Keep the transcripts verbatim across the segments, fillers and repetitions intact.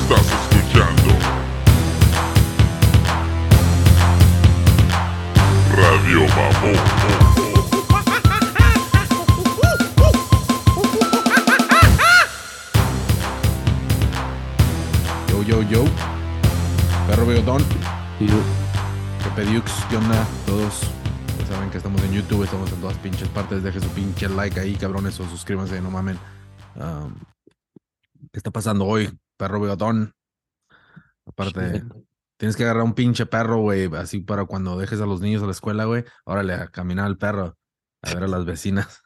Estás escuchando Radio Mamón. Yo, yo, yo. Perro Bigotón. Y yo, ¿Qué pediux? ¿Qué onda? Todos ya saben que estamos en YouTube, estamos en todas pinches partes. Dejen su pinche like ahí, cabrones, o suscríbanse, no mamen. Um, ¿Qué está pasando hoy, perro Bigotón? Aparte, tienes que agarrar un pinche perro, güey, así para cuando dejes a los niños a la escuela, güey. Órale, a caminar al perro, a ver a las vecinas.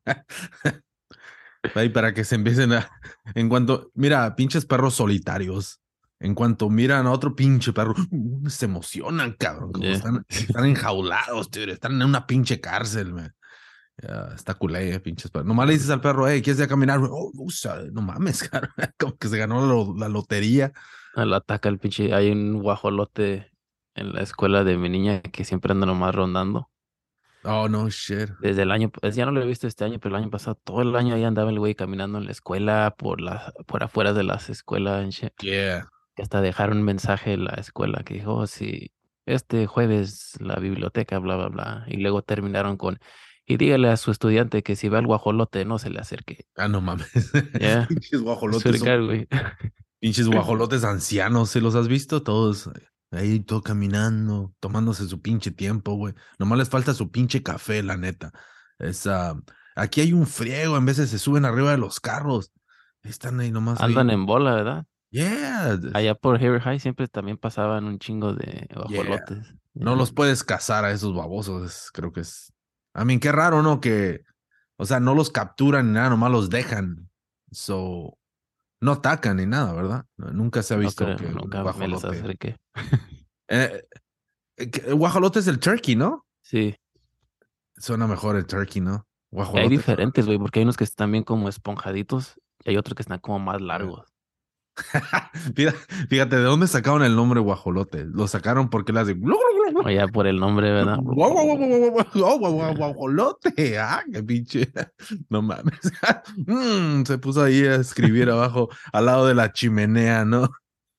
Ahí para que se empiecen a... En cuanto... Mira, pinches perros solitarios. En cuanto miran a otro pinche perro, uh, se emocionan, cabrón. Como Yeah. están, están enjaulados, tío. Están en una pinche cárcel, man. Ya, está culé, eh, pinches perros. Nomás le dices al perro, hey, ¿quieres ir a caminar? Oh, usa, no mames, cabrón. Como que se ganó lo- la lotería. lo ataca el pinche. Hay un guajolote en la escuela de mi niña que siempre anda nomás rondando. Oh, no, shit. Desde el año, pues ya no lo he visto este año, pero el año pasado, todo el año ahí andaba el güey caminando en la escuela, por la, por afuera de las escuelas, en shit. Yeah. Que hasta dejaron un mensaje en la escuela que dijo, oh, si este jueves la biblioteca, bla, bla, bla. Y luego terminaron con, y dígale a su estudiante que si ve al guajolote, no se le acerque. Ah, no mames. Ya, Pinches guajolotes son cercar, güey. pinches guajolotes ancianos, ¿se los has visto? Todos ahí, todo caminando, tomándose su pinche tiempo, güey. Nomás les falta su pinche café, la neta. Es, ah, aquí hay un friego, en veces se suben arriba de los carros. Están ahí nomás ahí. Andan en bola, ¿verdad? Yeah, Allá por Haver High siempre también pasaban un chingo de yeah. guajolotes. No los puedes cazar a esos babosos, es- creo que es... I mean, qué raro, ¿no? Que, o sea, no los capturan ni nada, nomás los dejan. So, no atacan ni nada, ¿verdad? No, nunca se ha No visto creo, que un nunca me les guajolote... acerqué. Eh, eh, que- el guajolote es el turkey, ¿no? Sí, Suena mejor el turkey, ¿no? y hay Guajolote. diferentes, güey, porque hay unos que están bien como esponjaditos y hay otros que están como más Yeah. largos. Fíjate, fíjate, ¿de dónde sacaron el nombre guajolote? Lo sacaron porque le hace... O ya por el nombre, ¿verdad? Guau, guau, guau, guau, guau, guau, guau, guau, guajolote. Ah, qué pinche. No mames. Mm, se puso ahí a escribir abajo, al lado de la chimenea, ¿no?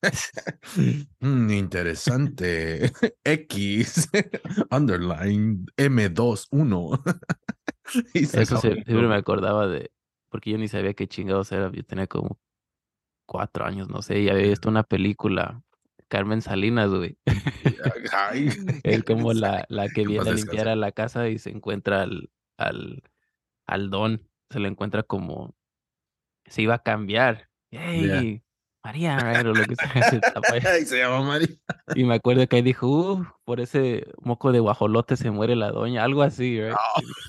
Mm, interesante. X, underline, M veintiuno. Y Eso sacaba sí- el siempre me nombre. acordaba de, porque yo ni sabía qué chingados era, yo tenía como cuatro años, no sé, y había visto una película, Carmen Salinas, güey. Ay, Es como la, la que que paz viene a limpiar descanse. a la casa y se encuentra al, al, al don, se le encuentra como, se iba a cambiar. Yeah. ¡Hey! María, right? O lo que sea, se tapa ahí. Ay, se llama María. Y me acuerdo que ahí dijo, uh, por ese moco de guajolote se muere la doña, algo así, right?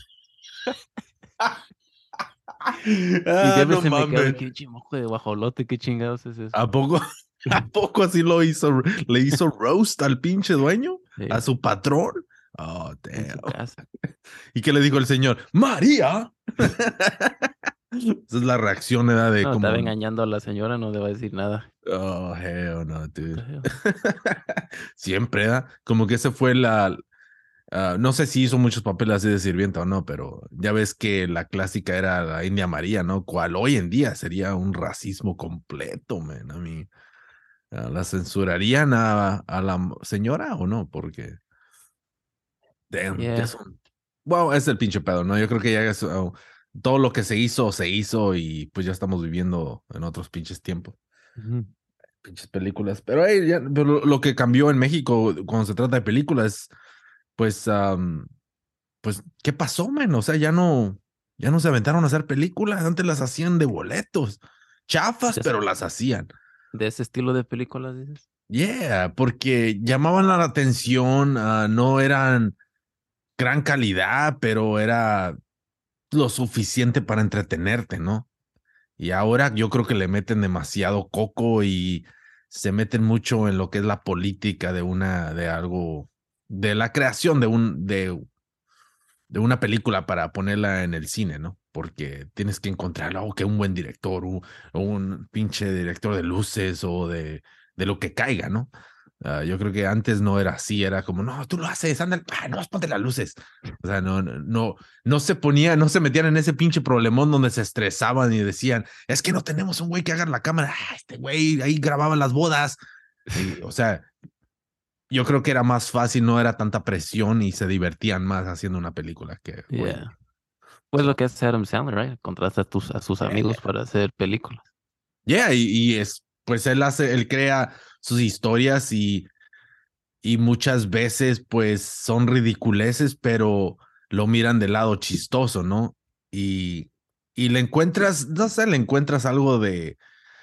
Y Ah, siempre no se me quedó de mames. que "Che, moco de guajolote, ¿qué chingados es eso?" ¿A poco? ¿A poco así lo hizo? ¿Le hizo roast al pinche dueño? Sí, ¿A su patrón? Oh, en su damn. casa. ¿Y qué le dijo el señor? ¡María! Esa es la reacción, ¿verdad? De No, como... estaba engañando a la señora, no le va a decir nada. Oh, hell no, What the dude. hell? Siempre, ¿verdad? Como que ese fue la... ah, no sé si hizo muchos papeles así de sirvienta o no, pero ya ves que la clásica era la India María, ¿no? Cual hoy en día sería un racismo completo, man. A mí, ah, ¿la censurarían a, a la m- señora o no? Porque, damn, ya Yeah. son... Bueno, es el pinche pedo, ¿no? Yo creo que ya es, oh, todo lo que se hizo, se hizo y pues ya estamos viviendo en otros pinches tiempos. Ujú. Pinches películas. Pero, hey, ya, pero lo, lo que cambió en México cuando se trata de películas, pues, am, pues, ¿qué pasó, man? O sea, ya no, ya no se aventaron a hacer películas. Antes las hacían de boletos. Chafas, De, pero las hacían. de ese estilo de películas, dices. Yeah, porque llamaban la atención, ah, no eran gran calidad, pero era lo suficiente para entretenerte, ¿no? Y ahora yo creo que le meten demasiado coco y se meten mucho en lo que es la política de una, de algo, de la creación de un, de, de una película para ponerla en el cine, ¿no? Porque tienes que encontrar algo que un buen director, un, un pinche director de luces o de, de lo que caiga, ¿no? Ah, yo creo que antes no era así, era como, no, tú lo haces, anda, ah, no, ponte las luces. O sea, no, no, no, no se ponía, no se metían en ese pinche problemón donde se estresaban y decían, es que no tenemos un güey que haga la cámara. Ah, este güey ahí grababa las bodas. Y, o sea, yo creo que era más fácil, no era tanta presión y se divertían más haciendo una película que hoy en Yeah. día. Pues lo So, que hace Adam Sandler, right? Contrata a, tus, a sus yeah, amigos para hacer películas. yeah, y, y es, pues él hace, él crea sus historias y y muchas veces pues son ridiculeces, pero lo miran del lado chistoso, ¿no? Y, y le encuentras, no sé, le encuentras algo de,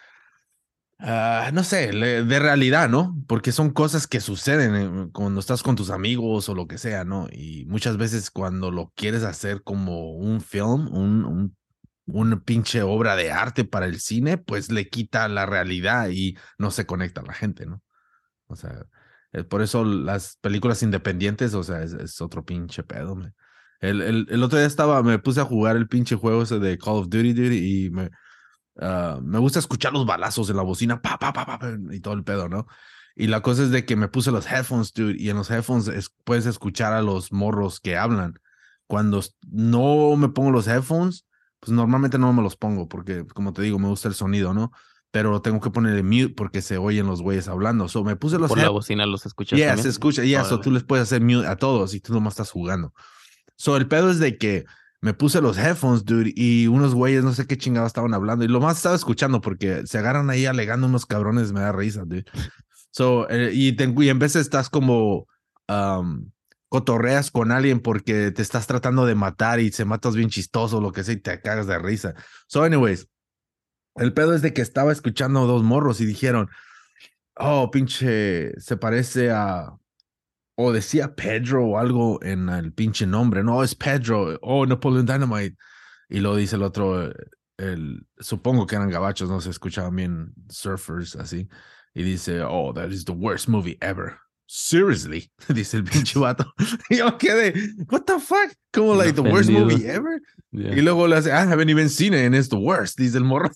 ah, no sé, le- de realidad, ¿no? Porque son cosas que suceden eh, cuando estás con tus amigos o lo que sea, ¿no? Y muchas veces cuando lo quieres hacer como un film, un, un, una pinche obra de arte para el cine, pues le quita la realidad y no se conecta a la gente, ¿no? O sea, eh, por eso las películas independientes, o sea, es, es otro pinche pedo, man. El, el, el otro día estaba, me puse a jugar el pinche juego ese de Call of Duty, dude, y me, ah, me gusta escuchar los balazos en la bocina, pa, pa, pa, pa, pa, y todo el pedo, ¿no? Y la cosa es de que me puse los headphones, dude, y en los headphones es- puedes escuchar a los morros que hablan. Cuando s- no me pongo los headphones, pues normalmente no me los pongo, porque, como te digo, me gusta el sonido, ¿no? Pero tengo que ponerle mute porque se oyen los güeyes hablando. So, me puse los Por la headphones. bocina los escuchas Yeah, se también. escucha, yeah, so tú Órale. les puedes hacer mute a todos y tú nomás estás jugando. So, el pedo es de que me puse los headphones, dude, y unos güeyes no sé qué chingados estaban hablando. Y lo más estaba escuchando porque se agarran ahí alegando unos cabrones, me da risa, dude. So, eh, y, te- y en veces estás como um, cotorreas con alguien porque te estás tratando de matar y se matas bien chistoso, lo que sea, y te cagas de risa. So, anyways, el pedo es de que estaba escuchando dos morros y dijeron, oh, pinche, se parece a o decía Pedro o algo en el pinche nombre. No, es Pedro. Oh, Napoleon Dynamite. Y lo dice el otro, eh, el, supongo que eran gabachos, no se escuchaban bien surfers así. Y dice, oh, that is the worst movie ever. Seriously, dice el pinche vato. Y yo quedé, what the fuck? Como Bien like the worst ofendido. movie ever. Y Yeah. luego le hace, I haven't even seen it and it's the worst, dice el morro.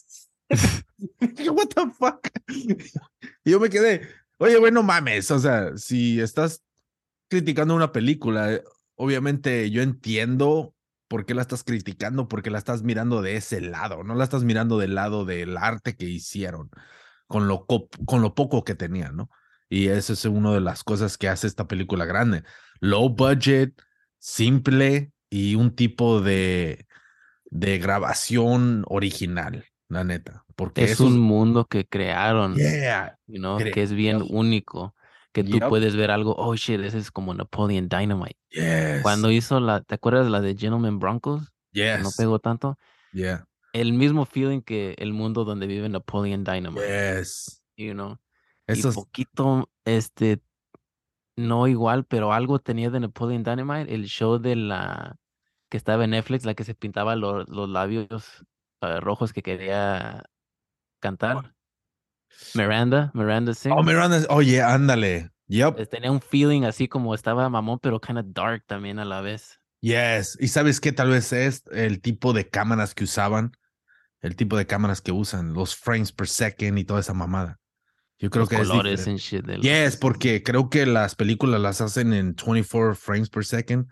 What the fuck? Y yo me quedé, oye, bueno, mames, o sea, si estás criticando una película, eh, obviamente yo entiendo por qué la estás criticando, porque la estás mirando de ese lado, no la estás mirando del lado del arte que hicieron, con lo, co- con lo poco que tenían, ¿no? Y eso es una de las cosas que hace esta película grande. Low budget, simple y un tipo de, de grabación original, la neta. Porque Es un esos, mundo que crearon, yeah, you know, que es bien creación. único, que tú Yep, puedes ver algo, oh shit, ese es como Napoleon Dynamite. yes, Cuando hizo la, ¿te acuerdas la de Gentleman Broncos? Que no yes, pegó tanto. yeah, El mismo feeling que el mundo donde vive Napoleon Dynamite, yes. you know. Y Esos, poquito, este, no igual, pero algo tenía de Napoleon Dynamite, el show de la que estaba en Netflix, la que se pintaba lo- los labios eh, rojos que quería cantar. Miranda, Miranda oh, Sings. Miranda, oye, ándale. Yep, Eh, Tenía un feeling así como estaba mamón, pero kind of dark también a la vez. yes. ¿Y sabes qué tal vez es el tipo de cámaras que usaban? El tipo de cámaras que usan, los frames per second y toda esa mamada. Yo creo Los que es colores diferente. and shit de Yes, los... porque creo que las películas las hacen en veinticuatro frames per second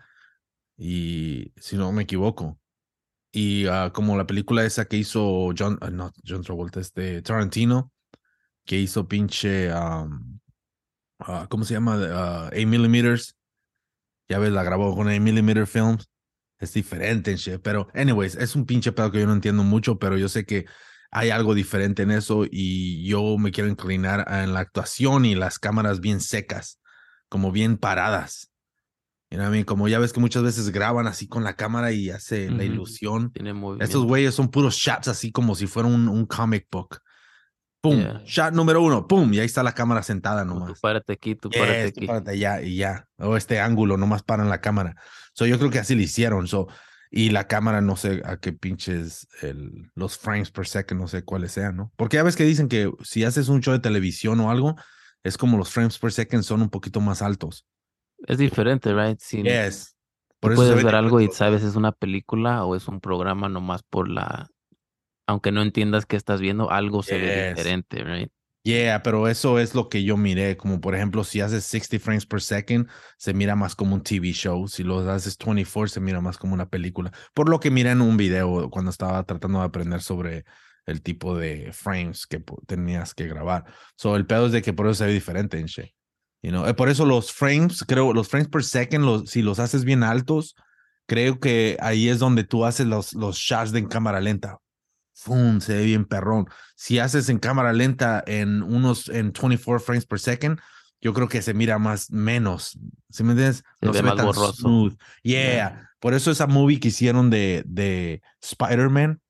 y si no me equivoco. Y ah, como la película esa que hizo John, ah, no, John Travolta, este Tarantino, que hizo pinche, um, ah, ¿cómo se llama? Ah, eight millimeters. Ya ves, la grabó con eight millimeter films. Es diferente en shit. Pero, anyways, es un pinche pedo que yo no entiendo mucho, pero yo sé que hay algo diferente en eso y yo me quiero inclinar a- en la actuación y las cámaras bien secas, como bien paradas. You know what I mean? Como ya ves que muchas veces graban así con la cámara y hace la Ujú. ilusión. Tiene Estos movimiento. güeyes son puros shots así como si fuera un, un comic book. Pum, Yeah. shot número uno, pum, y ahí está la cámara sentada Como tú nomás. párate aquí, tú párate Yes, tú aquí. párate allá y ya. O este ángulo, nomás paran la cámara. So, yo creo que así lo hicieron. So, y la cámara, no sé a qué pinches el, los frames per second, no sé cuáles sean, ¿no? Porque ya ves que dicen que si haces un show de televisión o algo, es como los frames per second son un poquito más altos. Es diferente, right? Sin, Yes. tú Por eso se puedes ven ver algo diferentes y los sabes videos. es una película o es un programa nomás por la... Aunque no entiendas qué estás viendo, algo se ve Yes. diferente, right? Yeah, pero eso es lo que yo miré. Como por ejemplo, si haces sixty frames per second, se mira más como un T V show. Si lo haces veinticuatro, se mira más como una película. Por lo que miré en un video cuando estaba tratando de aprender sobre el tipo de frames que po- tenías que grabar. So, el pedo es de que por eso se ve diferente en Shay. You know? Eh, Por eso los frames, creo, los frames per second, los, si los haces bien altos, creo que ahí es donde tú haces los, los shots de en cámara lenta. ¡Fum! Se ve bien perrón. Si haces en cámara lenta en unos en veinticuatro frames per second, yo creo que se mira más menos. ¿Sí me entiendes? Se No ve se ve más tan borroso. smooth. Yeah. Yeah. Por eso esa movie que hicieron de, de Spider-Man.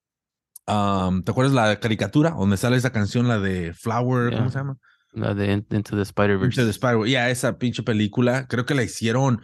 Um, ¿te acuerdas la caricatura donde sale esa canción, la de Flower? ¿Cómo Yeah. se llama? La de In- Into the Into the Spider-Verse. Spider. Yeah, esa pinche película. Creo que la hicieron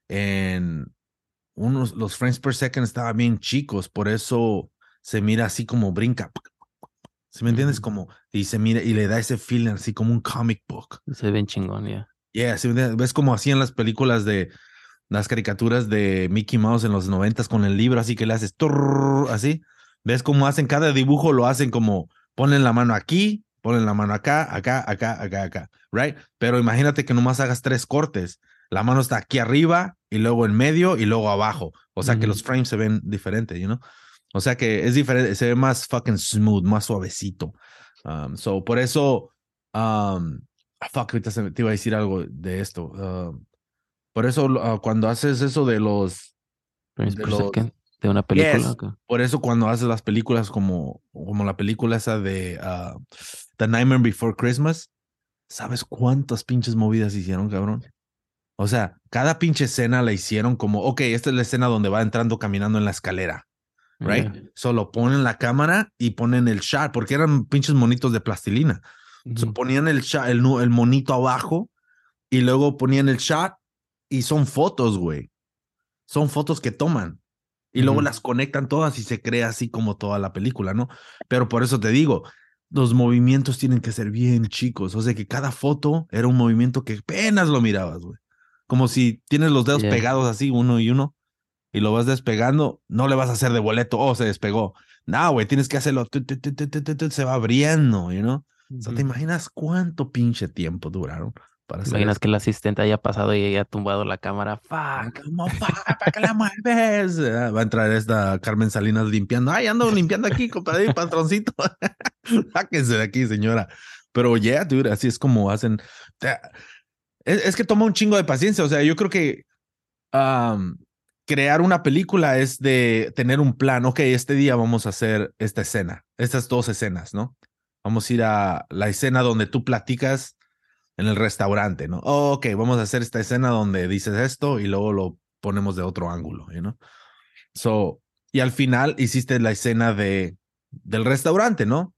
en unos, los frames per second estaban bien chicos. Por eso se mira así como brinca. ¿Sí me entiendes? Ujú. Como, y se mira y le da ese feeling así como un comic book. Se ve bien chingón, ya. Yeah, ¿sí me entiendes? ¿Ves como hacían las películas de las caricaturas de Mickey Mouse en los noventas con el libro, así que le haces turr, así? ¿Ves cómo hacen cada dibujo? Lo hacen como ponen la mano aquí, ponen la mano acá, acá, acá, acá, acá, right? Pero imagínate que nomás hagas tres cortes. La mano está aquí arriba y luego en medio y luego abajo. O sea que Ujú. los frames se ven diferentes, you know? O sea que es diferente, se ve más fucking smooth, más suavecito. Um, so, por eso, um, ah, fuck, ahorita se me- te iba a decir algo de esto. Um, por eso, uh, cuando haces eso de los, Frames de per los, second de una película. yes, Ok. por eso cuando haces las películas como, como la película esa de uh, The Nightmare Before Christmas, ¿sabes cuántas pinches movidas hicieron, cabrón? O sea, cada pinche escena la hicieron como, ok, esta es la escena donde va entrando caminando en la escalera, right? Yeah. Solo ponen la cámara y ponen el shot, porque eran pinches monitos de plastilina. So, Ujú. ponían el, shot, el, nu- el monito abajo y luego ponían el shot y son fotos, güey. Son fotos que toman. Y luego Ujú. las conectan todas y se crea así como toda la película, ¿no? Pero por eso te digo, los movimientos tienen que ser bien chicos. O sea que cada foto era un movimiento que apenas lo mirabas, güey. Como si tienes los dedos Yeah. pegados así, uno y uno, y lo vas despegando, no le vas a hacer de boleto, oh, se despegó. No, güey, tienes que hacerlo, tu, tu, tu, tu, tu, tu, tu, se va abriendo, you know? O sea, ¿te Ujú. imaginas cuánto pinche tiempo duraron para ¿Te hacer imaginas eso? que el asistente haya pasado y haya tumbado la cámara? Fuck. ¿Cómo, pa- ¿para qué la mueves? Ah, va a entrar esta Carmen Salinas limpiando. Ay, ando limpiando aquí, compadre, patroncito. Sáquense de aquí, señora. Pero ya, yeah, dude, así es como hacen. Te- Es, es que toma un chingo de paciencia. O sea, yo creo que um, crear una película es de tener un plan. Ok, este día vamos a hacer esta escena, estas dos escenas, ¿no? Vamos a ir a la escena donde tú platicas en el restaurante, ¿no? Oh, ok, vamos a hacer esta escena donde dices esto y luego lo ponemos de otro ángulo, you know? So, y al final hiciste la escena de, del restaurante, ¿no?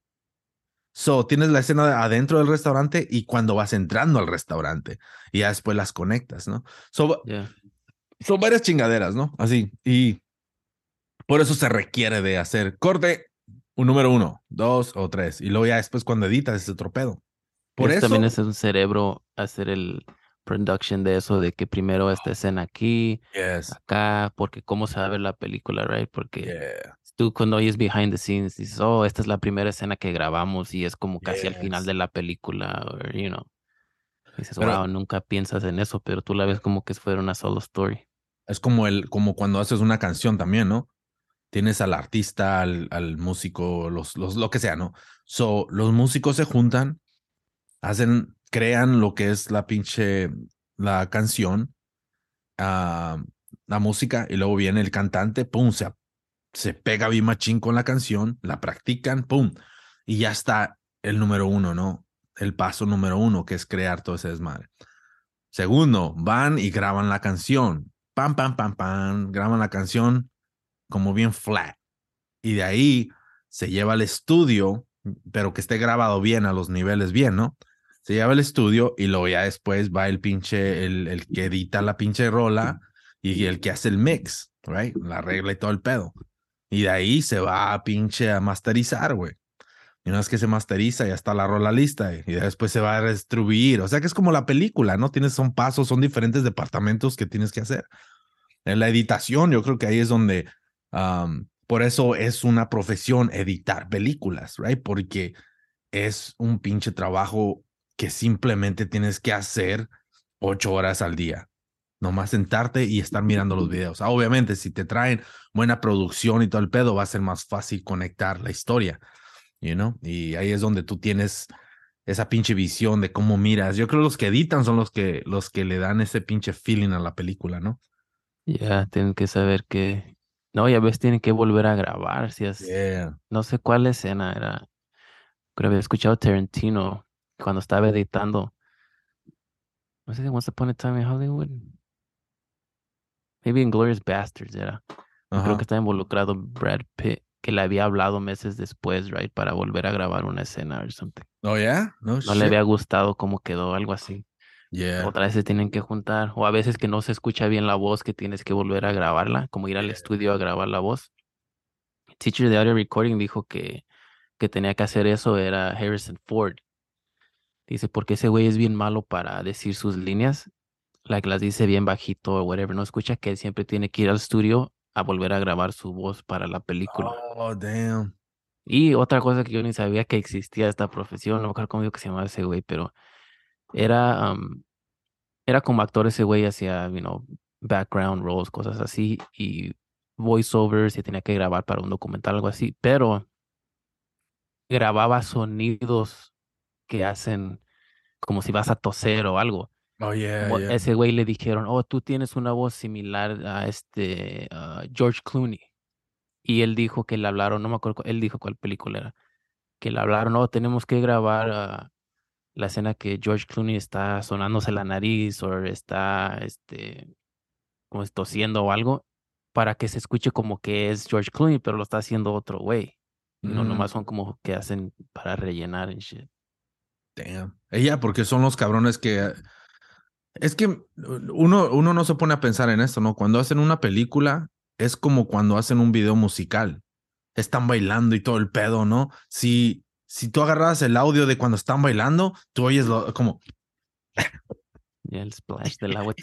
So, tienes la escena de adentro del restaurante y cuando vas entrando al restaurante y ya después las conectas, ¿no? So, Yeah. son varias chingaderas, ¿no? Así. Y por eso se requiere de hacer corte, un número uno, dos o tres. Y luego ya después cuando editas es otro pedo. Por Eso también eso, es un cerebro hacer el production de eso, de que primero esta escena aquí, yes, acá, porque cómo se va a ver la película, right? Porque yeah, tú cuando oyes behind the scenes dices, oh, esta es la primera escena que grabamos y es como casi al final yes. de la película, or, you know. Dices, Pero wow, nunca piensas en eso, pero tú la ves como que si fuera una solo story. es como el, como cuando haces una canción también, ¿no? Tienes al artista, al, al músico, los, los, lo que sea, ¿no? So, los músicos se juntan, hacen, crean lo que es la pinche, la canción, ah, la música, y luego viene el cantante, pum, se, se pega bien machín con la canción, la practican, pum, y ya está el número uno, ¿no? El paso número uno, que es crear todo ese desmadre. Segundo, van y graban la canción. Pam, pam, pam, pam, graban la canción como bien flat. Y de ahí se lleva al estudio, pero que esté grabado bien a los niveles bien, ¿no? Se lleva al estudio y luego ya después va el pinche, el, el que edita la pinche rola y el que hace el mix, right? La regla y todo el pedo. Y de ahí se va a pinche a masterizar, güey. Y una vez que se masteriza, ya está la rola lista y después se va a distribuir. O sea que es como la película, ¿no? Tienes, son pasos, son diferentes departamentos que tienes que hacer. En la editación, yo creo que ahí es donde, um, por eso es una profesión editar películas, right? Porque es un pinche trabajo que simplemente tienes que hacer ocho horas al día. Nomás sentarte y estar mirando los videos. Ah, obviamente, si te traen buena producción y todo el pedo, va a ser más fácil conectar la historia, you know? Y ahí es donde tú tienes esa pinche visión de cómo miras. Yo creo que los que editan son los que, los que le dan ese pinche feeling a la película, ¿no? Ya tienen que saber que, no, ya ves, tienen que volver a grabar. Si es, Yeah. no sé cuál escena era. Creo que había escuchado Tarantino cuando estaba editando. No sé si Once Upon a Time in Hollywood. Maybe Inglourious Basterds era. Yo creo que Ajá. estaba involucrado Brad Pitt, que le había hablado meses después, right, para volver a grabar una escena o something. Oh, yeah? No No le shit. había gustado cómo quedó, algo así. Yeah. Otra vez se tienen que juntar. O a veces que no se escucha bien la voz, que tienes que volver a grabarla, como ir al Yeah. estudio a grabar la voz. Teacher de audio recording dijo que, que tenía que hacer eso, era Harrison Ford. Dice, porque ese güey es bien malo para decir sus líneas, like las dice bien bajito o whatever, no escucha que él siempre tiene que ir al estudio a volver a grabar su voz para la película. Oh, damn. Y otra cosa que yo ni sabía que existía esta profesión, no me acuerdo cómo digo que se llamaba ese güey, pero era, um, era como actor ese güey, hacía, you know, background roles, cosas así, y voiceovers, y tenía que grabar para un documental, algo así, pero grababa sonidos que hacen como si vas a toser o algo. Oh, yeah, Como yeah. ese güey le dijeron, oh, tú tienes una voz similar a este ah, George Clooney. Y él dijo que le hablaron, no me acuerdo, cu- él dijo cuál película era, que le hablaron, oh, tenemos que grabar ah, la escena que George Clooney está sonándose la nariz o está, este, como es tosiendo o algo, para que se escuche como que es George Clooney, pero lo está haciendo otro güey. Y no, Mm, nomás son como que hacen para rellenar y shit. damn. Ella, porque son los cabrones que es que uno, uno no se pone a pensar en esto, ¿no? Cuando hacen una película, es como cuando hacen un video musical. Están bailando y todo el pedo, ¿no? Si, si tú agarras el audio de cuando están bailando, tú oyes lo, como... Y el splash del agua.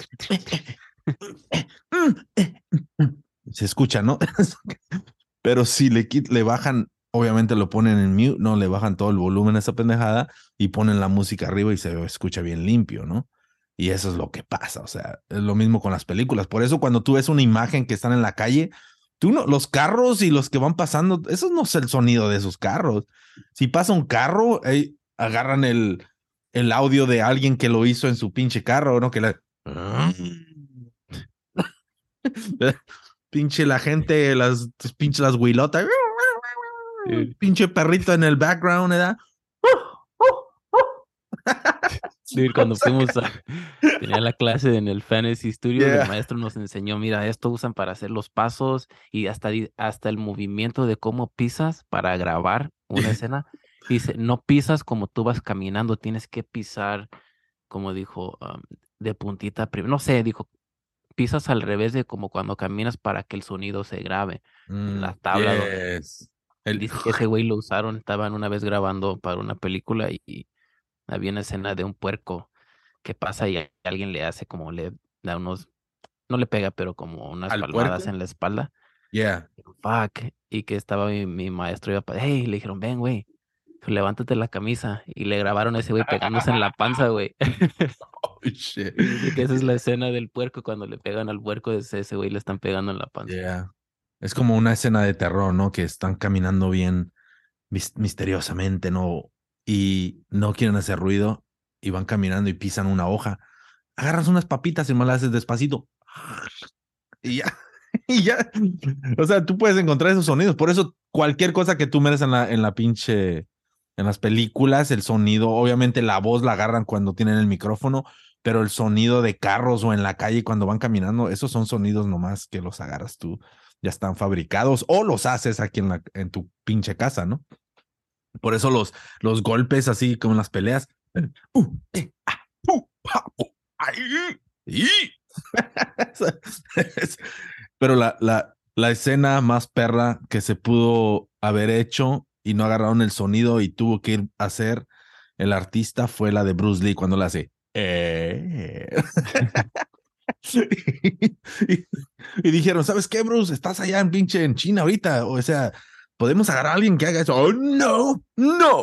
Se escucha, ¿no? Pero si le, quit- le bajan, obviamente lo ponen en mute, ¿no? Le bajan todo el volumen a esa pendejada y ponen la música arriba y se escucha bien limpio, ¿no? Y eso es lo que pasa, o sea, es lo mismo con las películas. Por eso cuando tú ves una imagen que están en la calle, tú no, los carros y los que van pasando, eso no es el sonido de esos carros. Si pasa un carro, eh, agarran el, el audio de alguien que lo hizo en su pinche carro, ¿no? Que la... Pinche la gente, las pinche las huilotas. Dude, Pinche perrito en el background, ¿verdad? dude, cuando fuimos a, tenía la clase en el Fantasy Studio, el Yeah. maestro nos enseñó, mira, esto usan para hacer los pasos y hasta, di- hasta el movimiento de cómo pisas para grabar una escena. Dice, no pisas como tú vas caminando, tienes que pisar, como dijo, um, de puntita. prim- No sé, dijo, pisas al revés de como cuando caminas para que el sonido se grabe en Mm, la tabla donde... yes. Y El... dice que ese güey lo usaron, estaban una vez grabando para una película y había una escena de un puerco que pasa y a- alguien le hace como le da unos, no le pega, pero como unas ¿Al palmadas puerco? en la espalda. Yeah. Fuck. Y que estaba mi, mi maestro iba para, hey, le dijeron, ven, güey, levántate la camisa. Y le grabaron a ese güey pegándose en la panza, güey. Oh, shit. Y dice que esa es la escena del puerco, cuando le pegan al puerco, ese, ese güey le están pegando en la panza. Yeah. Es como una escena de terror, ¿no? Que están caminando bien mis- misteriosamente, ¿no? Y no quieren hacer ruido y van caminando y pisan una hoja. Agarras unas papitas y me las haces despacito. Y ya, y ya. O sea, tú puedes encontrar esos sonidos. Por eso, cualquier cosa que tú meres en la, en la pinche, en las películas, el sonido, obviamente la voz la agarran cuando tienen el micrófono, pero el sonido de carros o en la calle cuando van caminando, esos son sonidos nomás que los agarras tú. Ya están fabricados o los haces aquí en, la, en tu pinche casa, ¿no? Por eso los, los golpes así como en las peleas. Uh, eh, ah, uh, pa, uh, ay, y. Pero la, la, la escena más perra que se pudo haber hecho y no agarraron el sonido y tuvo que ir a hacer el artista fue la de Bruce Lee cuando la hace. Eh. y, y dijeron, ¿sabes qué, Bruce? Estás allá en pinche en China ahorita. O sea, podemos agarrar a alguien que haga eso. Oh, no, no.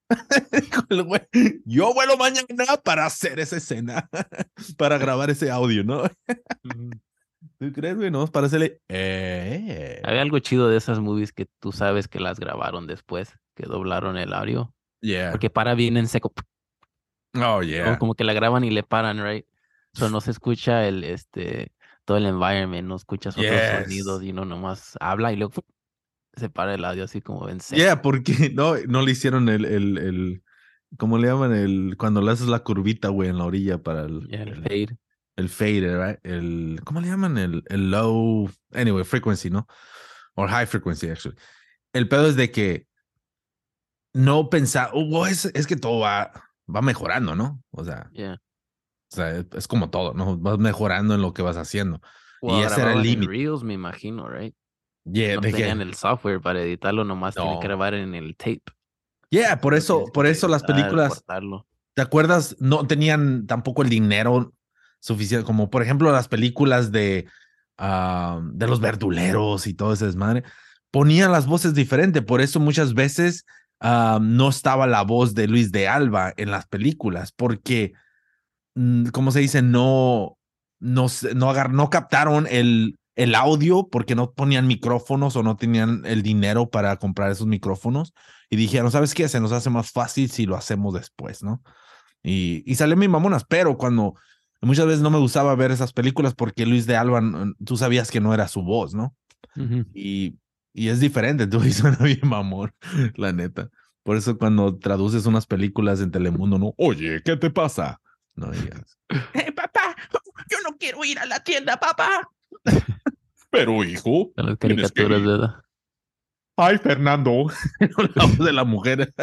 El güey, yo vuelo mañana para hacer esa escena, para grabar ese audio, ¿no? Ujú. ¿Tú crees, güey? No, para hacerle. Eh. Había algo chido de esas movies que tú sabes que las grabaron después, que doblaron el audio, Yeah. porque para bien en seco, Oh, ¿no? yeah. Como que la graban y le paran, right? So no se escucha el, este, todo el environment, no escuchas otros Yes. sonidos y no nomás habla y luego se para el audio así como en Yeah, seco. porque no, no le hicieron el, el, el, ¿cómo le llaman? El, cuando le haces la curvita, güey, en la orilla para el, Ya el el, fade. el fade, right? El, ¿cómo le llaman? El, el low, anyway, frequency, ¿no? Or high frequency, actually. El pedo es de que no pensar, oh, es, es que todo va, va mejorando, ¿no? O sea, Yeah. o sea, es, es como todo, ¿no? Vas mejorando en lo que vas haciendo. Y O ese era el grababan en límite. Reels, me imagino, right? Yeah, No de tenían que, el software para editarlo, nomás tienen que no. grabar en el tape. Yeah, por Lo eso, tienes por que eso las editar, películas, cortarlo. ¿te acuerdas? No tenían tampoco el dinero suficiente, como por ejemplo las películas de, ah, de los verduleros y todo ese desmadre. Ponían las voces diferentes, por eso muchas veces ah, no estaba la voz de Luis de Alba en las películas, porque, mm, ¿cómo se dice? No, no, se- no, agar- no captaron el, el audio porque no ponían micrófonos o no tenían el dinero para comprar esos micrófonos. Y dijeron, ¿sabes qué? Se nos hace más fácil si lo hacemos después, ¿no? Y, y salió mi mamonas, pero cuando muchas veces no me gustaba ver esas películas porque Luis de Alba, n- tú sabías que no era su voz, ¿no? Ujú. Y, y es diferente, tú y suena bien mamón, la neta. Por eso cuando traduces unas películas en Telemundo, ¿no? Oye, ¿qué te pasa? No digas. Eh, papá, yo no quiero ir a la tienda, papá. Pero, hijo, De las tienes que caricaturas, ir. ¿verdad? Ay, Fernando. La voz de la mujer.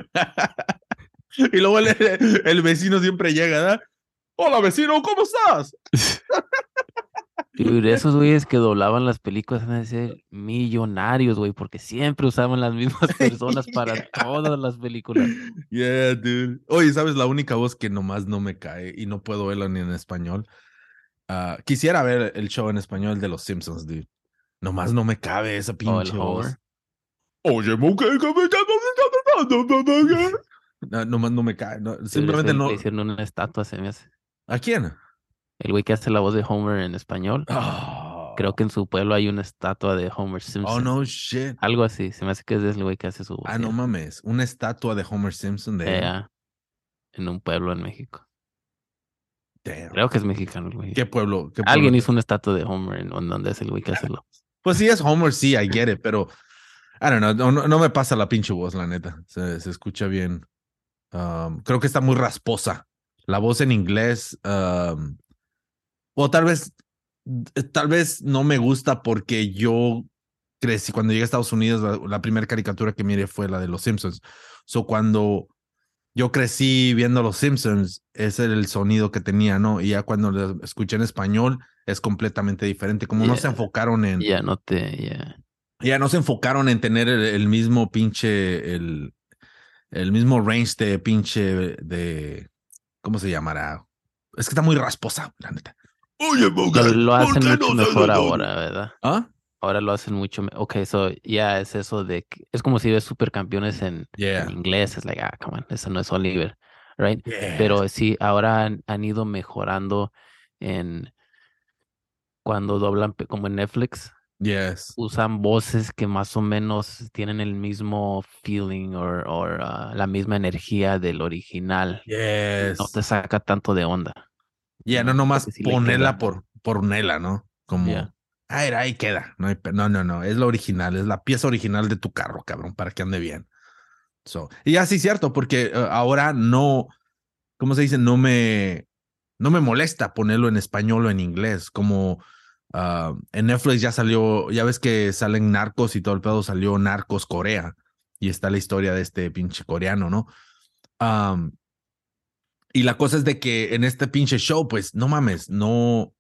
Y luego el, el vecino siempre llega, ¿verdad? Hola, vecino, ¿cómo estás? Dude, esos güeyes que doblaban las películas van a ser millonarios, güey, porque siempre usaban las mismas personas para todas las películas. Yeah, dude. Oye, ¿sabes? La única voz que nomás no me cae y no puedo verla ni en español. Ah, quisiera ver el show en español de los Simpsons, dude. Nomás no me cabe esa O el pinche voz. Homer. Oye, mujer, ¿qué me estás comentando? No, nomás no me cae. No, Dude, ese simplemente le no. hicieron una estatua, se me hace. ¿A quién? El güey que hace la voz de Homer en español. Creo Oh, que en su pueblo hay una estatua de Homer oh, Simpson. no shit. Algo así. Se me hace que es el güey que hace su voz. Ah, no Ya. mames. Una estatua de Homer Simpson de Eh, él. ah, en un pueblo en México. Damn. Creo que es mexicano el güey. ¿Qué pueblo? ¿Qué pueblo? Alguien hizo una estatua de Homer en en donde es el güey que hace la voz. Pues sí, es Homer, sí, I get it, pero I don't know, no, no, no me pasa la pinche voz, la neta. Se, se escucha bien. Um, creo que está muy rasposa. La voz en inglés, um, o tal vez, tal vez no me gusta porque yo crecí, cuando llegué a Estados Unidos, la, la primera caricatura que miré fue la de Los Simpsons. So, cuando yo crecí viendo Los Simpsons, ese era el sonido que tenía, ¿no? Y ya cuando lo escuché en español, es completamente diferente. Como no se Yeah. enfocaron en, Ya no te. Yeah. ya no se enfocaron en tener el, el mismo pinche, el, el mismo range de pinche, de, ¿cómo se llamará? Es que está muy rasposa, la neta. Oye, Lo, mujer, lo ¿por hacen qué mucho no se mejor lo doy? ahora, ¿verdad? ¿Ah? Ahora lo hacen mucho mejor. Ok, so ya es eso de que es como si ves supercampeones en, en Yeah. inglés. Es like, ah, come on, eso no es Oliver, right? Yes. Pero sí, ahora han, han ido mejorando en cuando doblan, pe- como en Netflix, Yes. usan voces que más o menos tienen el mismo feeling o la misma energía del original. Y no Yes. te saca tanto de onda. You Yeah, no know, nomás porque sí le ponerla queda. por, por Nela, ¿no? Ya. Como, ah, era, ahí queda. No, hay pe- no, no, no, es la original, es la pieza original de tu carro, cabrón, para que ande bien. So, y así es cierto, porque eh, ahora no, ¿cómo se dice? No me, no me molesta ponerlo en español o en inglés, como ah, en Netflix ya salió, ya ves que salen Narcos y todo el pedo, salió Narcos Corea y está la historia de este pinche coreano, ¿no? Am, y la cosa es de que en este pinche show, pues no mames, no,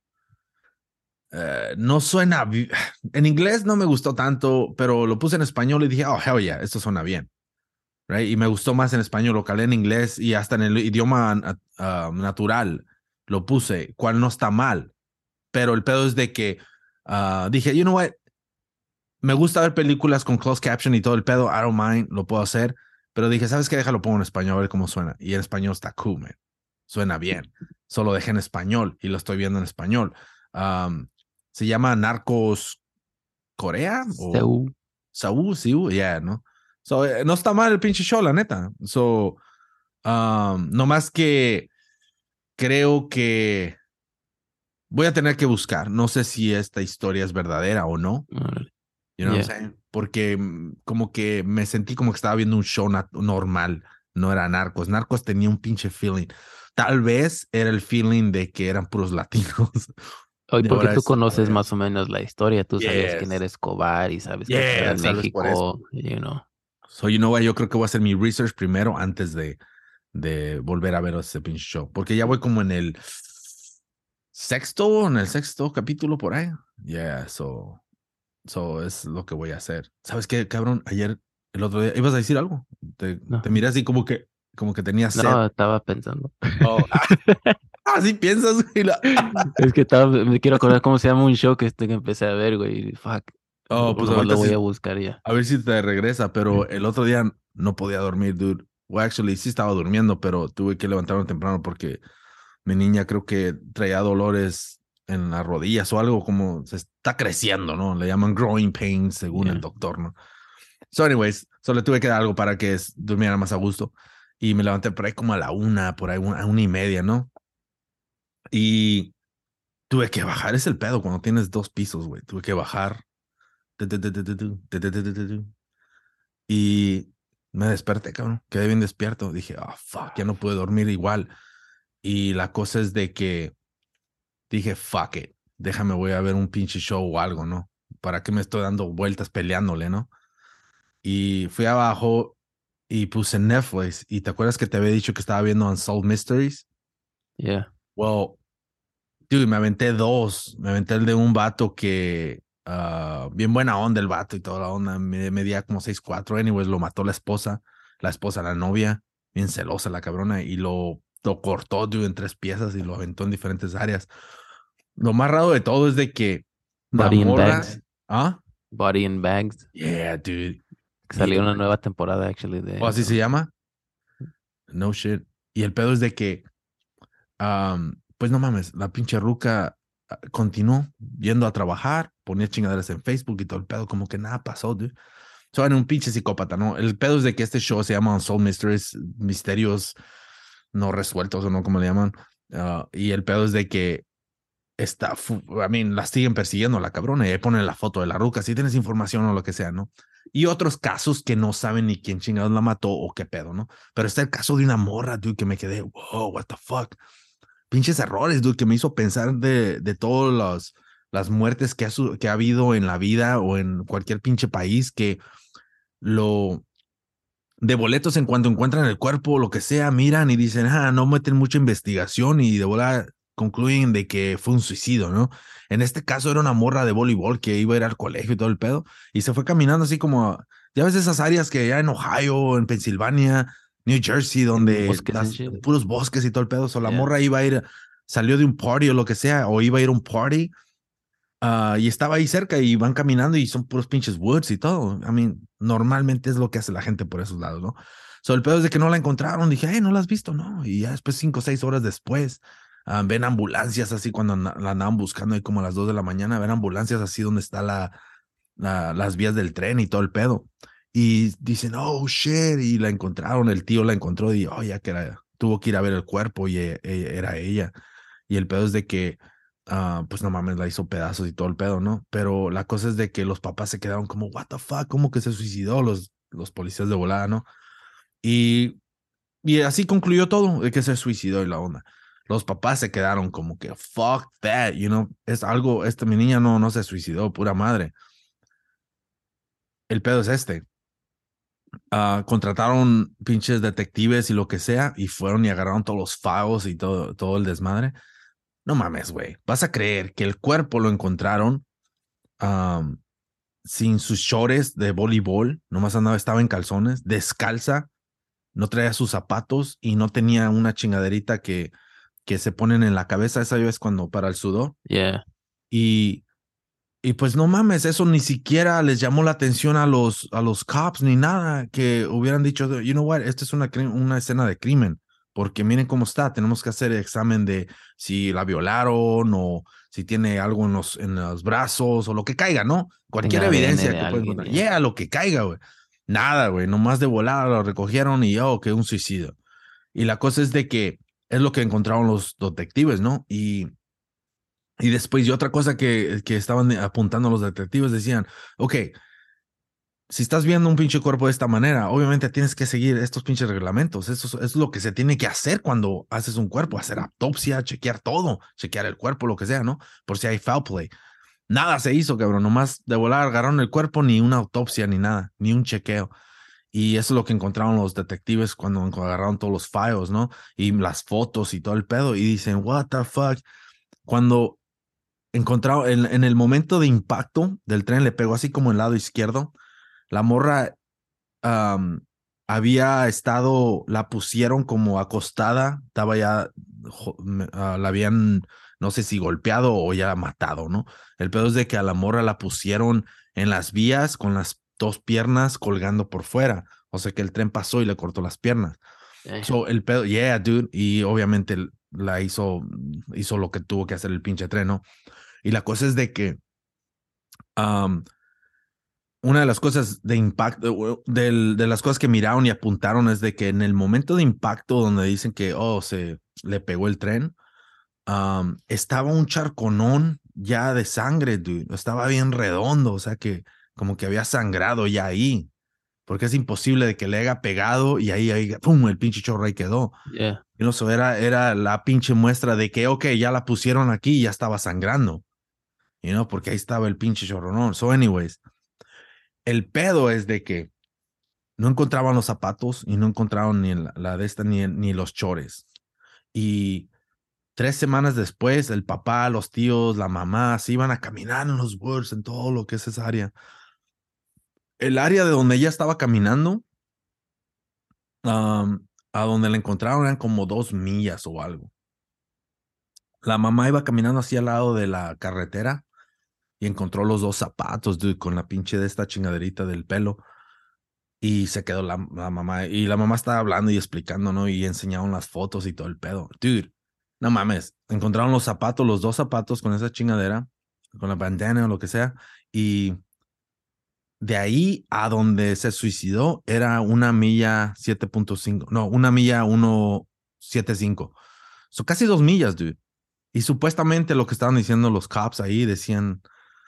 eh, no suena, bi- en inglés no me gustó tanto, pero lo puse en español y dije, oh, hell yeah, esto suena bien. Right? Y me gustó más en español, lo calé en inglés y hasta en el idioma uh, natural lo puse, cual no está mal. Pero el pedo es de que uh, dije, you know what, me gusta ver películas con closed caption y todo el pedo, I don't mind, lo puedo hacer, Pero dije, ¿sabes qué? Déjalo pongo en español a ver cómo suena. Y en español está cool, man. Suena bien. Solo dejé en español y lo estoy viendo en español. Um, se llama Narcos Corea o Seúl. Saúl, sí, yeah, ¿no? So, eh, no está mal el pinche show, la neta. So, um, no más que creo que voy a tener que buscar. No sé si esta historia es verdadera o no. Órale. You know what I'm Yeah. saying? Porque mm, como que me sentí como que estaba viendo un show nat- normal. No era Narcos. Narcos tenía un pinche feeling. Tal vez era el feeling de que eran puros latinos. Hoy Y porque ahora tú es. conoces más o menos la historia, tú sabías quién Yes. era Escobar y sabes que estaba Yes. en Tal vez por eso. México, you know. So, you know what? Yo creo que voy a hacer mi research primero antes de, de volver a ver ese pinche show. Porque ya voy como en el sexto, en el sexto capítulo por ahí. Yeah, so. So es lo que voy a hacer. ¿Sabes qué, cabrón? Ayer, el otro día, ¿ibas a decir algo? Te, No, te miré así como que, como que tenía sed. no, estaba pensando. Oh, así piensas, güey. La- Es que estaba, me quiero acordar cómo se llama un show que, este que empecé a ver, güey. y Fuck. Oh, pues Nomás ahorita lo voy sí, a buscar ya. a ver si te regresa, pero el otro día no podía dormir, dude. Well, actually, sí estaba durmiendo, pero tuve que levantarme temprano porque mi niña creo que traía dolores en las rodillas o algo como se está creciendo, ¿no? Le llaman growing pains según el Yeah. doctor, ¿no? So, anyways, solo tuve que dar algo para que es- durmiera más a gusto. Y me levanté por ahí como a la una, por ahí una, a una y media, ¿no? Y tuve que bajar. Es el pedo cuando tienes dos pisos, güey. Tuve que bajar. Tu, tu, tu, tu, tu, tu, tu, tu, tu, tu, tu, tu. Y me desperté, cabrón. Quedé bien despierto. Dije, oh, fuck, ya no pude dormir igual. Y la cosa es de que dije, fuck it. Déjame, voy a ver un pinche show o algo, ¿no? ¿Para qué me estoy dando vueltas peleándole, no? Y fui abajo y puse Netflix. Y te acuerdas que te había dicho que estaba viendo Unsolved Mysteries? Yeah. Well, dude, me aventé dos. Me aventé el de un vato que, ah, bien buena onda el vato y toda la onda. Me medía como seis cuatro. Anyways, lo mató la esposa, la esposa, la novia, bien celosa la cabrona, y lo, lo cortó, dude, en tres piezas y lo aventó en diferentes áreas. Lo más raro de todo es de que la Body in morra, Bags. ah, Body in Bags. yeah, dude. Y, Salió una nueva temporada, actually, de ¿o así se eso. llama? No shit. Y el pedo es de que, um, pues no mames, la pinche ruca ah, continuó yendo a trabajar, ponía chingaderas en Facebook y todo el pedo, como que nada pasó, dude. So, era un pinche psicópata, ¿no? El pedo es de que este show se llama Unsolved Mysteries, misterios no resueltos o no, como le llaman. Ah, y el pedo es de que está, fu- I mean, la siguen persiguiendo a la cabrona y ahí ponen la foto de la ruca, si tienes información o lo que sea, ¿no? Y otros casos que no saben ni quién chingados la mató o qué pedo, ¿no? Pero está el caso de una morra, dude, que me quedé, wow, what the fuck. Pinches errores, dude, que me hizo pensar de, de todas las, las muertes que ha, su- que ha habido en la vida o en cualquier pinche país que lo de boletos en cuanto encuentran el cuerpo o lo que sea, miran y dicen, ah, no meten mucha investigación y de bola concluyen de que fue un suicidio, ¿no? En este caso era una morra de voleibol que iba a ir al colegio y todo el pedo y se fue caminando así como, ya ves esas áreas que ya en Ohio, en Pensilvania, New Jersey, En donde bosques and las shit. puros bosques y todo el pedo, o so, la Yeah. morra iba a ir, salió de un party o lo que sea, o iba a ir a un party. Uh, y estaba ahí cerca y van caminando y son puros pinches woods y todo. I mean, normalmente es lo que hace la gente por esos lados, ¿no? So, el pedo es de que no la encontraron. Dije, hey, no la has visto, ¿no? Y ya después, cinco o seis horas después, uh, ven ambulancias así cuando na- la andaban buscando ahí como a las dos de la mañana, ven ambulancias así donde está la, la, las vías del tren y todo el pedo. Y dicen, oh, shit, y la encontraron, el tío la encontró y, oh, ya que era, tuvo que ir a ver el cuerpo y eh, eh, era ella. Y el pedo es de que ah, pues no mames, la hizo pedazos y todo el pedo, ¿no? Pero la cosa es de que los papás se quedaron como, what the fuck, ¿cómo que se suicidó? Los, los policías de volada, ¿no? Y, y así concluyó todo, de que se suicidó y la onda. Los papás se quedaron como que, fuck that, you know, es algo, esta mi niña no, no se suicidó, pura madre. El pedo es este. Ah, contrataron pinches detectives y lo que sea y fueron y agarraron todos los fagos y todo, todo el desmadre. No mames, güey. Vas a creer que el cuerpo lo encontraron um, sin sus shorts de voleibol, nomás andaba, estaba en calzones, descalza, no traía sus zapatos y no tenía una chingaderita que, que se ponen en la cabeza, esa es cuando para el sudor. Yeah. Y y pues no mames, eso ni siquiera les llamó la atención a los, a los cops ni nada, que hubieran dicho, you know what, esta es una, cri- una escena de crimen, porque miren cómo está, tenemos que hacer el examen de si la violaron o si tiene algo en los, en los brazos o lo que caiga, ¿no? Cualquier Tenga A D N evidencia de que pueden alguien, encontrar. ya. Yeah, lo que caiga, güey. Nada, güey, nomás de volada lo recogieron y, oh, que un suicidio. Y la cosa es de que es lo que encontraron los detectives, ¿no? Y y después, y otra cosa que, que estaban apuntando los detectives, decían, ok, si estás viendo un pinche cuerpo de esta manera, obviamente tienes que seguir estos pinches reglamentos. Eso es, es lo que se tiene que hacer cuando haces un cuerpo, hacer autopsia, chequear todo, chequear el cuerpo, lo que sea, ¿no? Por si hay foul play. Nada se hizo, cabrón. Nomás de volar agarraron el cuerpo, ni una autopsia, ni nada, ni un chequeo. Y eso es lo que encontraron los detectives cuando agarraron todos los files, ¿no? Y las fotos y todo el pedo. Y dicen, what the fuck. Cuando encontrado en, en el momento de impacto del tren, le pegó así como el lado izquierdo. La morra um, había estado, la pusieron como acostada, estaba ya, jo, me, uh, la habían, no sé si golpeado o ya matado, ¿no? El pedo es de que a la morra la pusieron en las vías con las dos piernas colgando por fuera. O sea que el tren pasó y le cortó las piernas. Eh, So, el pedo, yeah, dude. Y obviamente la hizo, hizo lo que tuvo que hacer el pinche tren, ¿no? Y la cosa es de que um, una de las cosas de impacto, del, de las cosas que miraron y apuntaron es de que en el momento de impacto donde dicen que, oh, se le pegó el tren, um, estaba un charconón ya de sangre, dude. Estaba bien redondo, o sea que como que había sangrado ya ahí, porque es imposible de que le haya pegado y ahí, ahí, pum, el pinche chorro ahí quedó. yeah. Y no, eso era, era la pinche muestra de que, ok, ya la pusieron aquí y ya estaba sangrando. You know, porque ahí estaba el pinche chorronón. So, anyways, el pedo es de que no encontraban los zapatos y no encontraron ni la, la de esta ni, ni los chores. Y tres semanas después, el papá, los tíos, la mamá se iban a caminar en los woods, en todo lo que es esa área. El área de donde ella estaba caminando, um, a donde la encontraron eran como dos millas o algo. La mamá iba caminando hacia el lado de la carretera y encontró los dos zapatos, dude, con la pinche de esta chingaderita del pelo. Y se quedó la, la mamá. Y la mamá estaba hablando y explicando, ¿no? Y enseñaron las fotos y todo el pedo. Dude, no mames. Encontraron los zapatos, los dos zapatos con esa chingadera, con la bandana o lo que sea. Y de ahí a donde se suicidó era una milla siete punto cinco. No, una milla uno setenta y cinco. Son casi dos millas, dude. Y supuestamente lo que estaban diciendo los cops ahí decían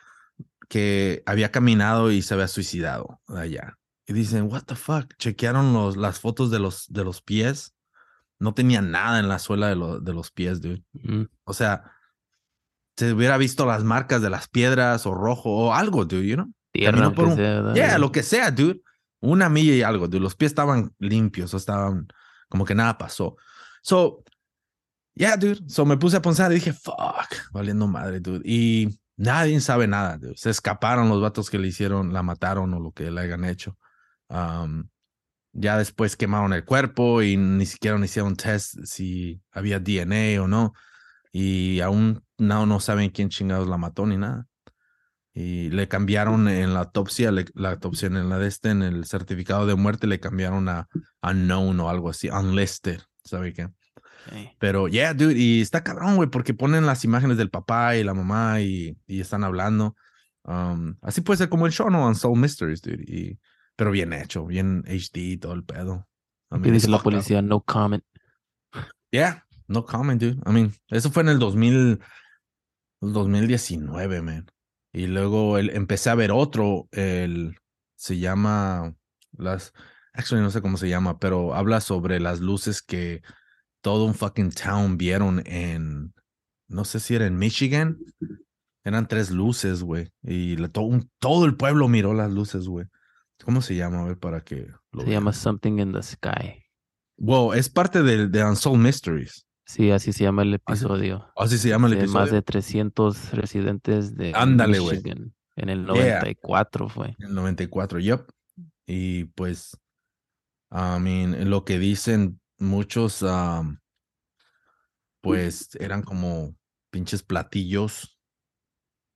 que había caminado y se había suicidado allá. Y dicen, what the fuck? Chequearon los, las fotos de los, de los pies. No tenía nada en la suela de, lo- de los pies, dude. Mm. O sea, se hubiera visto las marcas de las piedras o rojo o algo, dude, you know? Tierra, Caminó por aunque un, sea, ¿verdad? yeah, Yeah. lo que sea, dude. Una milla y algo, dude. Los pies estaban limpios o estaban como que nada pasó. So, yeah, dude. So me puse a pensar y dije, fuck, valiendo madre, dude. Y nadie sabe nada, dude. Se escaparon los vatos que le hicieron, la mataron o lo que le hayan hecho. Um, ya después quemaron el cuerpo y ni siquiera hicieron test si había D N A o no. Y aún no, no saben quién chingados la mató ni nada. Y le cambiaron en la autopsia, le- la autopsia en la de este, en el certificado de muerte, le cambiaron a unknown o algo así, unlisted, ¿sabe qué? Okay. Pero, yeah, dude, y está cabrón, güey, porque ponen las imágenes del papá y la mamá y, y están hablando. Um, así puede ser como el show, ¿no? Unsolved Mysteries, dude. Y, pero bien hecho, bien H D y todo el pedo. I ¿Qué mean, it's dice la fucked up. policía? No comment. Yeah, no comment, dude. I mean, eso fue en el dos mil, el dos mil diecinueve, man. Y luego el, empecé a ver otro, el, se llama, las, actually no sé cómo se llama, pero habla sobre las luces que todo un fucking town vieron en, no sé si era en Michigan. Eran tres luces, güey. Y la- todo, un- todo el pueblo miró las luces, güey. ¿Cómo se llama? A ver, para que lo Se llama vean. Something in the Sky. Wow, es parte de, de Unsolved Mysteries. Sí, así se llama el Así, episodio. así se llama el Dice más episodio. de trescientos residentes de Ándale, güey. Michigan. En el Yeah. noventa y cuatro fue. El noventa y cuatro, yep. Y pues, I mean, lo que dicen muchos, um, pues eran como pinches platillos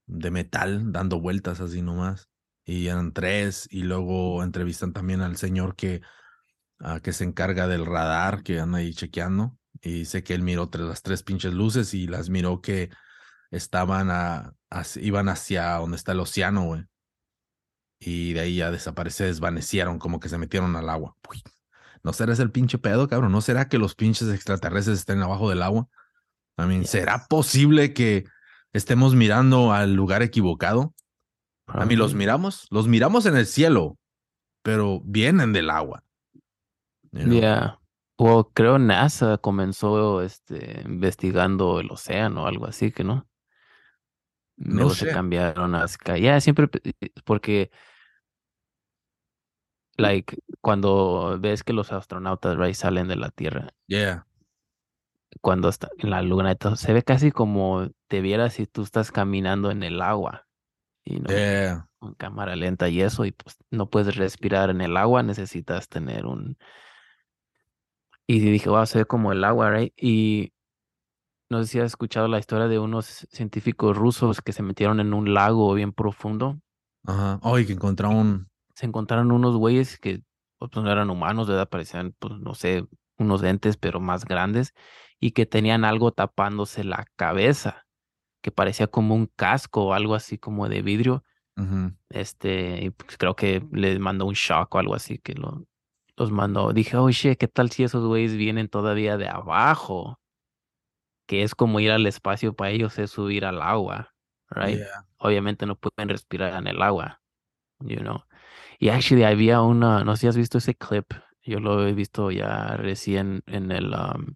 de metal dando vueltas así nomás. Y eran tres. Y luego entrevistan también al señor que, ah, que se encarga del radar, que anda ahí chequeando. Y dice que él miró tres, las tres pinches luces y las miró que estaban a, hacia- iban hacia donde está el océano, güey. Y de ahí ya desaparece, desvanecieron, como que se metieron al agua. Uy, ¿no será ese el pinche pedo, cabrón? ¿No será que los pinches extraterrestres estén abajo del agua? I mean, ¿será Yes, posible que estemos mirando al lugar equivocado? A mí los probably. miramos, los miramos en el cielo, pero vienen del agua, you know? Yeah. O creo NASA comenzó este investigando el océano o algo así, que no. No Luego se shit. cambiaron a Sky. Ya siempre pe- porque like cuando ves que los astronautas right, salen de la Tierra, Yeah, cuando está en la luna, entonces se ve casi como te vieras si tú estás caminando en el agua, y no, yeah. en cámara lenta y eso, y pues no puedes respirar en el agua, necesitas tener un. Y dije, wow, se ve como el agua, right? Y no sé si has escuchado la historia de unos científicos rusos que se metieron en un lago bien profundo. Ajá. Oye, que encontraron. Se encontraron unos güeyes que pues, no eran humanos, ¿verdad? Parecían, pues, no sé, unos entes, pero más grandes, y que tenían algo tapándose la cabeza, que parecía como un casco o algo así como de vidrio. Ujú. Este, y pues, creo que les mandó un shock o algo así que lo, los mandó. Dije, oh shit, ¿qué tal si esos güeyes vienen todavía de abajo? Que es como ir al espacio para ellos, es subir al agua, right? Yeah. Obviamente no pueden respirar en el agua, you know. Y actually había una, no sé si has visto ese clip, yo lo he visto ya recién en el, um,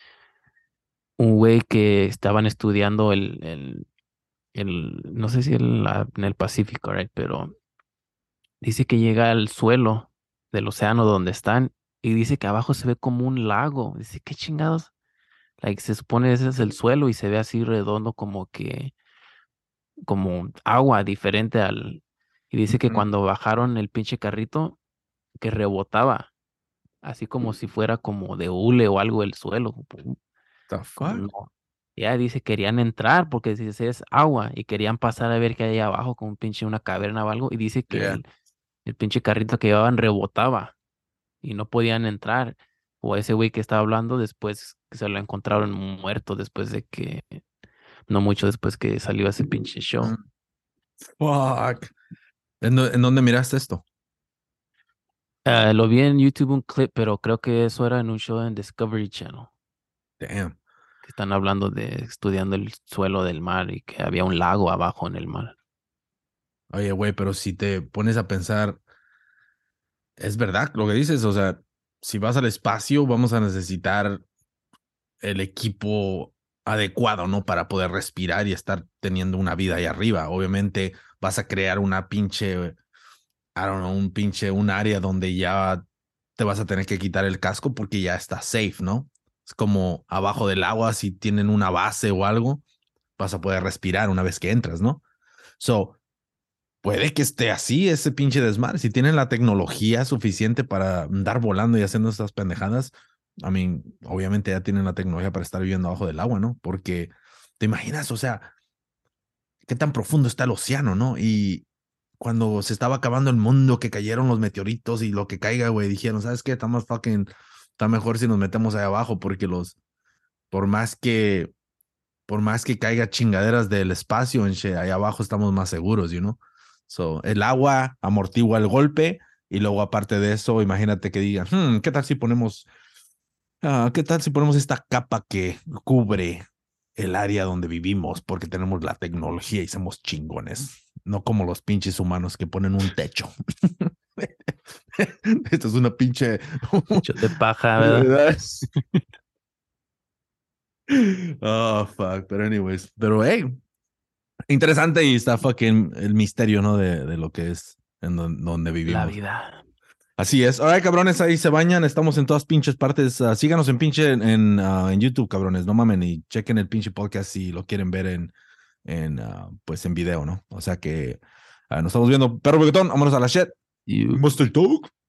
un güey que estaban estudiando el, el, el no sé si el, la- en el Pacífico, right? Pero dice que llega al suelo del océano donde están y dice que abajo se ve como un lago. Dice, ¿qué chingados? Like, se supone ese es el suelo y se ve así redondo como que, como agua diferente al. Y dice que Ujú. cuando bajaron el pinche carrito, que rebotaba, así como si fuera como de hule o algo el suelo. Pum, The como fuck? no. Ya dice, querían entrar porque dice, es agua y querían pasar a ver qué hay abajo, como un pinche una caverna o algo. Y dice que Yeah. el, el pinche carrito que llevaban rebotaba y no podían entrar. O ese güey que estaba hablando después que se lo encontraron muerto después de que, no mucho después que salió ese pinche Mm. show. Fuck. ¿En, dó- en dónde miraste esto? Ah, lo vi en YouTube un clip, pero creo que eso era en un show en Discovery Channel, Damn. que están hablando de estudiando el suelo del mar y que había un lago abajo en el mar. Oye, güey, pero si te pones a pensar, es verdad lo que dices, o sea, si vas al espacio, vamos a necesitar el equipo adecuado, ¿no? Para poder respirar y estar teniendo una vida ahí arriba. Obviamente vas a crear una pinche, I don't know, un pinche, un área donde ya te vas a tener que quitar el casco porque ya está safe, ¿no? Es como abajo del agua, si tienen una base o algo, vas a poder respirar una vez que entras, ¿no? So, puede que esté así ese pinche desmadre. Si tienen la tecnología suficiente para andar volando y haciendo estas pendejadas, I mean, obviamente ya tienen la tecnología para estar viviendo abajo del agua, ¿no? Porque te imaginas, o sea, qué tan profundo está el océano, ¿no? Y cuando se estaba acabando el mundo, que cayeron los meteoritos y lo que caiga, güey, dijeron, ¿sabes qué? Está más fucking, está mejor si nos metemos ahí abajo, porque los, por más que, por más que caiga chingaderas del espacio, en shit, ahí abajo estamos más seguros, you know? So, el agua amortigua el golpe y luego aparte de eso, imagínate que digan, hmm, ¿qué tal si ponemos, ah, qué tal si ponemos esta capa que cubre el área donde vivimos porque tenemos la tecnología y somos chingones, no como los pinches humanos que ponen un techo. Esto es una pinche. Hecho de paja, ¿verdad? ¿Verdad? Oh, fuck. Pero anyways, pero hey, interesante y está fucking el misterio, ¿no? De, de lo que es en don- donde La vivimos. vida. Así es. Ahora, cabrones, ahí se bañan. Estamos en todas pinches partes. Ah, síganos en pinche en, en, ah, en YouTube, cabrones. No mamen y chequen el pinche podcast si lo quieren ver en, en ah, pues en video, ¿no? O sea que ah, nos estamos viendo. Perro Bigotón, vámonos a la shit. You. Monster Talk.